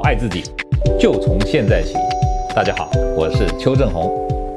爱自己，就从现在起。大家好，我是邱正宏。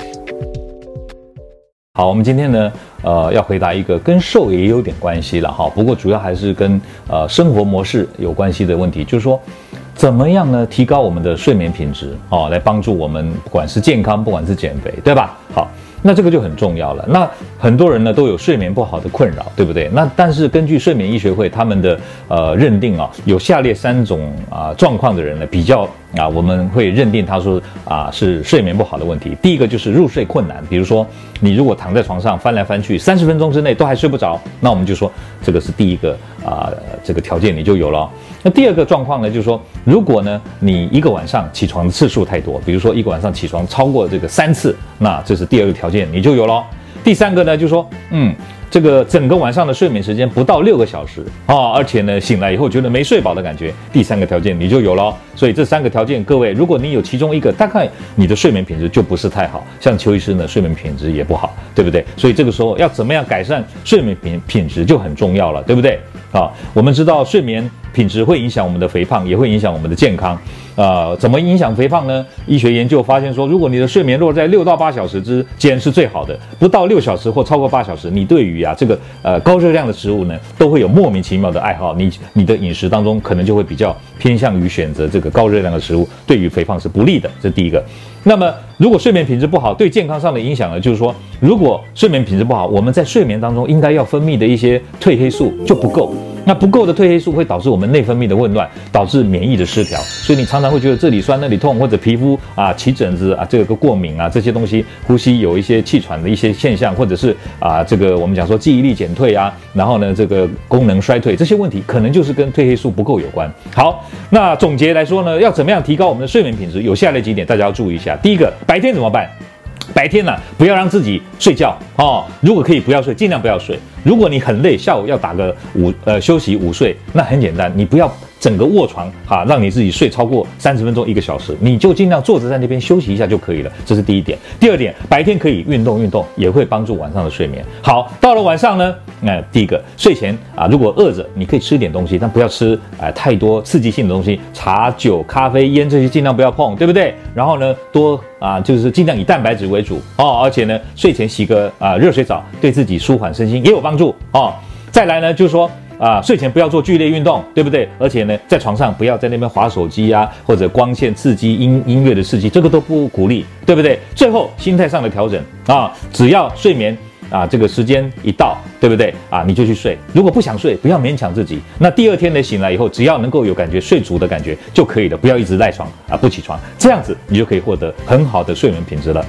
好，我们今天呢，要回答一个跟瘦也有点关系了哈，不过主要还是跟生活模式有关系的问题，就是说，怎么样呢提高我们的睡眠品质哦，来帮助我们不管是健康，不管是减肥，对吧？好。那这个就很重要了。那很多人呢都有睡眠不好的困扰，对不对？那但是根据睡眠医学会他们的认定啊，有下列3种状况的人呢，比较我们会认定他说是睡眠不好的问题。第一个就是入睡困难，比如说你如果躺在床上翻来翻去30分钟之内都还睡不着，那我们就说这个是第一个这个条件你就有了。那第二个状况呢，就是说如果呢你一个晚上起床的次数太多，比如说一个晚上起床超过这个3次，那这是第二个条件你就有了。第三个呢，就是说这个整个晚上的睡眠时间不到6个小时而且呢醒来以后觉得没睡饱的感觉，第3个条件你就有了。所以这3个条件，各位如果你有其中一个，大概你的睡眠品质就不是太好。像邱医师呢，睡眠品质也不好，对不对？所以这个时候要怎么样改善睡眠品质就很重要了，对不对？我们知道睡眠品质会影响我们的肥胖，也会影响我们的健康。怎么影响肥胖呢？医学研究发现说，如果你的睡眠落在6到8小时之间是最好的，不到6小时或超过8小时，你对于这个高热量的食物呢，都会有莫名其妙的爱好。你的饮食当中可能就会比较偏向于选择这个高热量的食物，对于肥胖是不利的。这是第一个。那么如果睡眠品质不好，对健康上的影响呢，就是说，如果睡眠品质不好，我们在睡眠当中应该要分泌的一些褪黑素就不够。那不够的褪黑素会导致我们内分泌的紊乱，导致免疫的失调，所以你常常会觉得这里酸那里痛，或者皮肤起疹子这个过敏这些东西，呼吸有一些气喘的一些现象，或者是这个我们讲说记忆力减退然后呢这个功能衰退，这些问题可能就是跟褪黑素不够有关。好，那总结来说呢，要怎么样提高我们的睡眠品质？有下列几点大家要注意一下。第一个，白天怎么办？白天不要让自己睡觉如果可以不要睡，尽量不要睡。如果你很累，下午要打个休息午睡，那很简单，你不要整个卧床让你自己睡超过30分钟1个小时，你就尽量坐着在那边休息一下就可以了。这是第一点。第二点，白天可以运动，也会帮助晚上的睡眠。好，到了晚上呢，第一个，睡前如果饿着，你可以吃点东西，但不要吃太多刺激性的东西，茶、酒、咖啡、烟这些尽量不要碰，对不对？然后呢，多就是尽量以蛋白质为主而且呢，睡前洗个热水澡，对自己舒缓身心也有帮助再来呢，就是说睡前不要做剧烈运动，对不对？而且呢，在床上不要在那边滑手机或者光线刺激、音乐的刺激，这个都不鼓励，对不对？最后心态上的调整只要睡眠这个时间一到，对不对你就去睡。如果不想睡，不要勉强自己。那第二天呢，醒来以后，只要能够有感觉睡足的感觉就可以了，不要一直赖床不起床，这样子你就可以获得很好的睡眠品质了。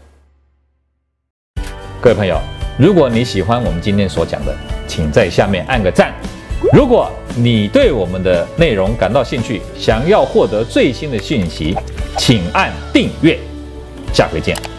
各位朋友，如果你喜欢我们今天所讲的，请在下面按个赞。如果你对我们的内容感到兴趣，想要获得最新的讯息，请按订阅。下回见。